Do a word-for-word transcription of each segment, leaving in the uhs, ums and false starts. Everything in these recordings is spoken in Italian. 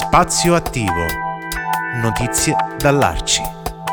Spazio attivo. Notizie dall'Arci.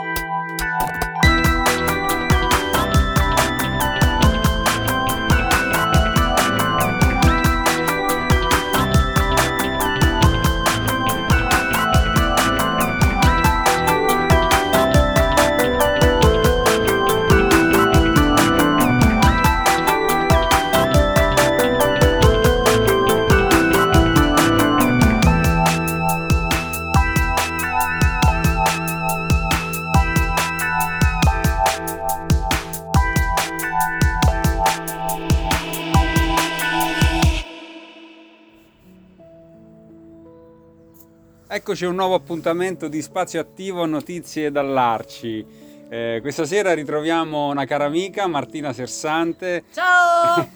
Eccoci a un nuovo appuntamento di Spazio Attivo, notizie dall'Arci. Eh, questa sera ritroviamo una cara amica, Martina Sersante. Ciao!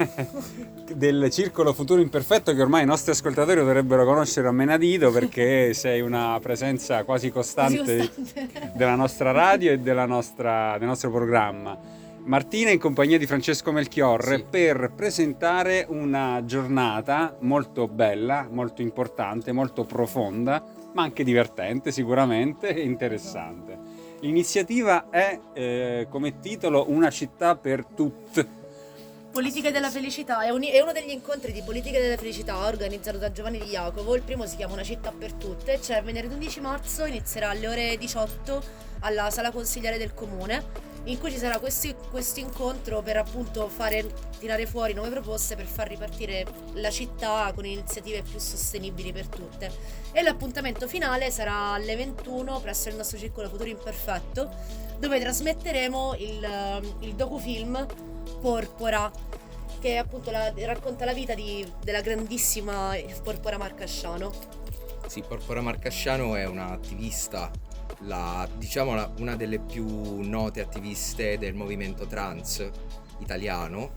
Del Circolo Futuro Imperfetto, che ormai i nostri ascoltatori dovrebbero conoscere a menadito, perché sei una presenza quasi costante, quasi costante. della nostra radio e della nostra, del nostro programma. Martina in compagnia di Francesco Melchiorre, sì, per presentare una giornata molto bella, molto importante, molto profonda, ma anche divertente sicuramente e interessante. L'iniziativa è eh, come titolo Una città per tutte. Politiche della felicità, è, un, è uno degli incontri di Politiche della felicità organizzato da Giovanni Di Jacopo. Il primo si chiama Una città per tutte, cioè venerdì undici marzo inizierà alle ore diciotto alla sala consigliare del comune, in cui ci sarà questo incontro per appunto fare tirare fuori nuove proposte per far ripartire la città con iniziative più sostenibili per tutte. E l'appuntamento finale sarà alle ventuno presso il nostro Circolo Futuro Imperfetto, dove trasmetteremo il, il docufilm Porpora, che appunto la, racconta la vita di, della grandissima Porpora Marcasciano. Sì, Porpora Marcasciano è un'attivista, la, diciamo la, una delle più note attiviste del movimento trans italiano,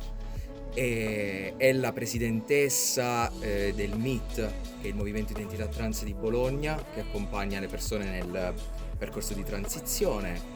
e è la presidentessa eh, del M I T, che è il Movimento Identità Trans di Bologna, che accompagna le persone nel percorso di transizione.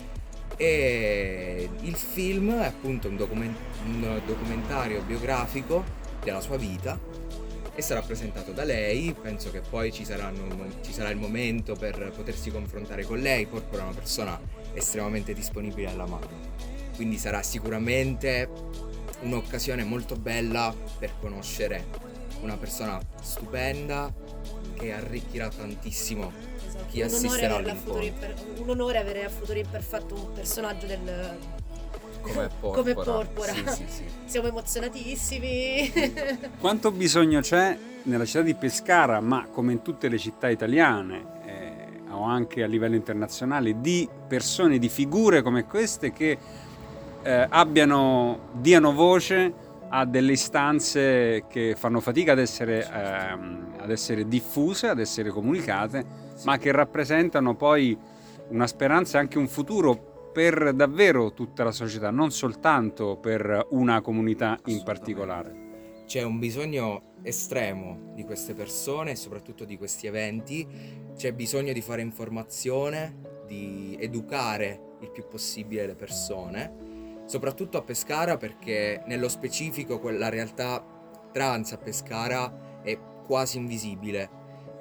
E il film è appunto un, document- un documentario biografico della sua vita e sarà presentato da lei. Penso che poi ci, saranno, ci sarà il momento per potersi confrontare con lei. Porpora è una persona estremamente disponibile alla mano, quindi sarà sicuramente un'occasione molto bella per conoscere una persona stupenda che arricchirà tantissimo chi un assisterà onore all'incontro. Imper- un onore avere a Futuro Imperfetto un personaggio del come Porpora, come Porpora. Sì, sì, sì. Siamo emozionatissimi. Quanto bisogno c'è nella città di Pescara, ma come in tutte le città italiane eh, o anche a livello internazionale, di persone, di figure come queste che eh, abbiano, diano voce a delle istanze che fanno fatica ad essere, ehm, ad essere diffuse, ad essere comunicate, sì, ma che rappresentano poi una speranza e anche un futuro per davvero tutta la società, non soltanto per una comunità in particolare. C'è un bisogno estremo di queste persone e soprattutto di questi eventi. C'è bisogno di fare informazione, di educare il più possibile le persone, soprattutto a Pescara, perché nello specifico la realtà trans a Pescara è quasi invisibile.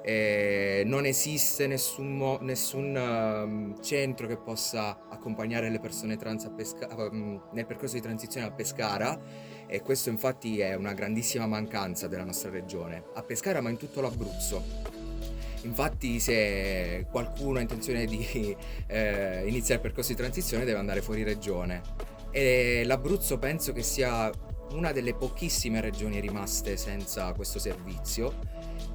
E non esiste nessun, mo- nessun um, centro che possa accompagnare le persone trans a Pesca- um, nel percorso di transizione a Pescara, e questo infatti è una grandissima mancanza della nostra regione, a Pescara ma in tutto l'Abruzzo. Infatti se qualcuno ha intenzione di eh, iniziare il percorso di transizione deve andare fuori regione, e l'Abruzzo penso che sia una delle pochissime regioni rimaste senza questo servizio.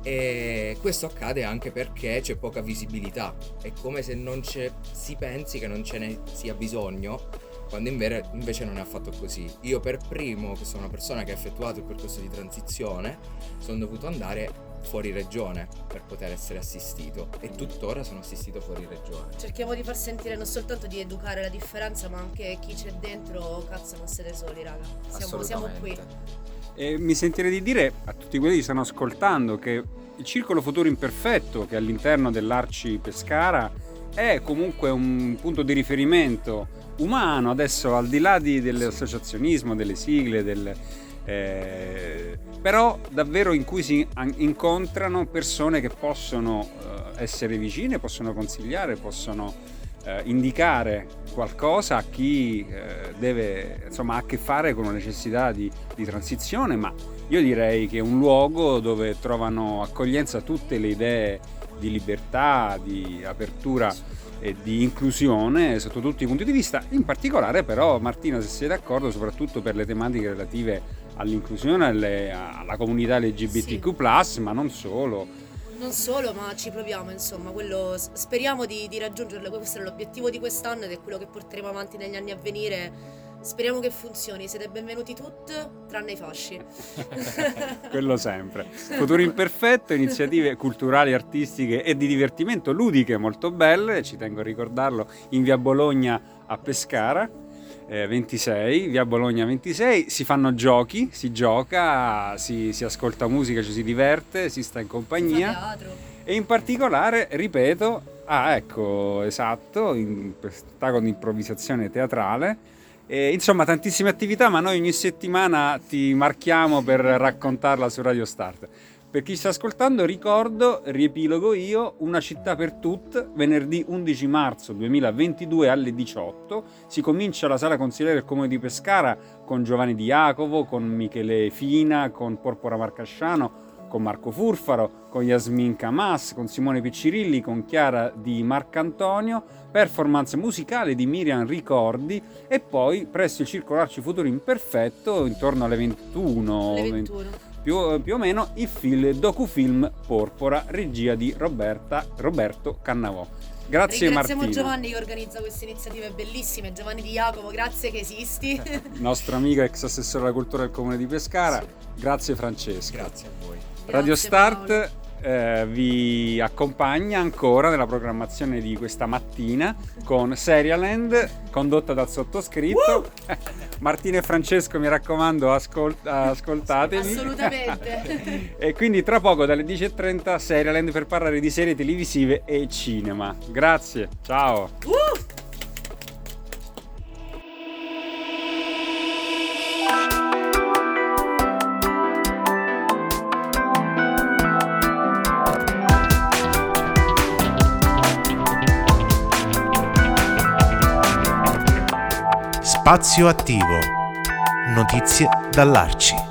E questo accade anche perché c'è poca visibilità. È come se non c'è, si pensi che non ce ne sia bisogno, quando invece non è affatto così. Io per primo, che sono una persona che ha effettuato il percorso di transizione, sono dovuto andare fuori regione per poter essere assistito, e tuttora sono assistito fuori regione. Cerchiamo di far sentire, non soltanto di educare la differenza, ma anche chi c'è dentro, cazzo, non siete soli, raga, siamo, siamo qui. E mi sentirei di dire a tutti quelli che stanno ascoltando che il Circolo Futuro Imperfetto, che all'interno dell'Arci Pescara è comunque un punto di riferimento umano, adesso al di là di, dell'associazionismo, delle sigle, del, eh, però davvero in cui si an- incontrano persone che possono eh, essere vicine, possono consigliare, possono eh, indicare qualcosa a chi eh, deve, insomma, ha a che fare con una necessità di, di transizione, ma io direi che è un luogo dove trovano accoglienza tutte le idee di libertà, di apertura e di inclusione sotto tutti i punti di vista, in particolare però, Martina, se sei d'accordo, soprattutto per le tematiche relative all'inclusione, alle, alla comunità L G B T Q plus, sì. Ma non solo. Non solo, ma ci proviamo, insomma, quello speriamo di, di raggiungerlo. Questo è l'obiettivo di quest'anno ed è quello che porteremo avanti negli anni a venire. Speriamo che funzioni, siete benvenuti tutti, tranne i fasci. Quello sempre. Futuro imperfetto, iniziative culturali, artistiche e di divertimento, ludiche molto belle, ci tengo a ricordarlo, in via Bologna a Pescara, eh, ventisei, via Bologna ventisei, si fanno giochi, si gioca, si, si ascolta musica, ci si diverte, si sta in compagnia. Si fa teatro. E in particolare, ripeto, ah ecco, esatto, in, spettacolo di improvvisazione teatrale. E, insomma, tantissime attività, ma noi ogni settimana ti marchiamo per raccontarla su Radio Start. Per chi sta ascoltando, ricordo, riepilogo io, Una città per tutte, venerdì undici marzo duemilaventidue alle diciotto. Si comincia alla sala consigliare del Comune di Pescara con Giovanni Di Jacopo, con Michele Fina, con Porpora Marcasciano, con Marco Furfaro, con Yasmin Camas, con Simone Piccirilli, con Chiara Di Marcantonio, performance musicale di Miriam Ricordi e poi presso il Circolo Arci Futuro Imperfetto intorno alle ventuno, alle ventuno. Più, più o meno il film docufilm Porpora, regia di Roberta, Roberto Cannavò. Grazie Ringraziamo Martina. Giovanni che organizza queste iniziative bellissime. Giovanni Di Jacopo, grazie che esisti. Nostro amico ex assessore alla cultura del Comune di Pescara. Sì. Grazie Francesco. Grazie a voi. Radio Grazie, Start eh, vi accompagna ancora nella programmazione di questa mattina con Serialand, condotta dal sottoscritto. Uh! Martina e Francesco, mi raccomando, ascolt- ascoltatemi. Assolutamente. E quindi tra poco dalle dieci e trenta Serialand per parlare di serie televisive e cinema. Grazie, ciao. Uh! Spazio attivo. Notizie dall'Arci.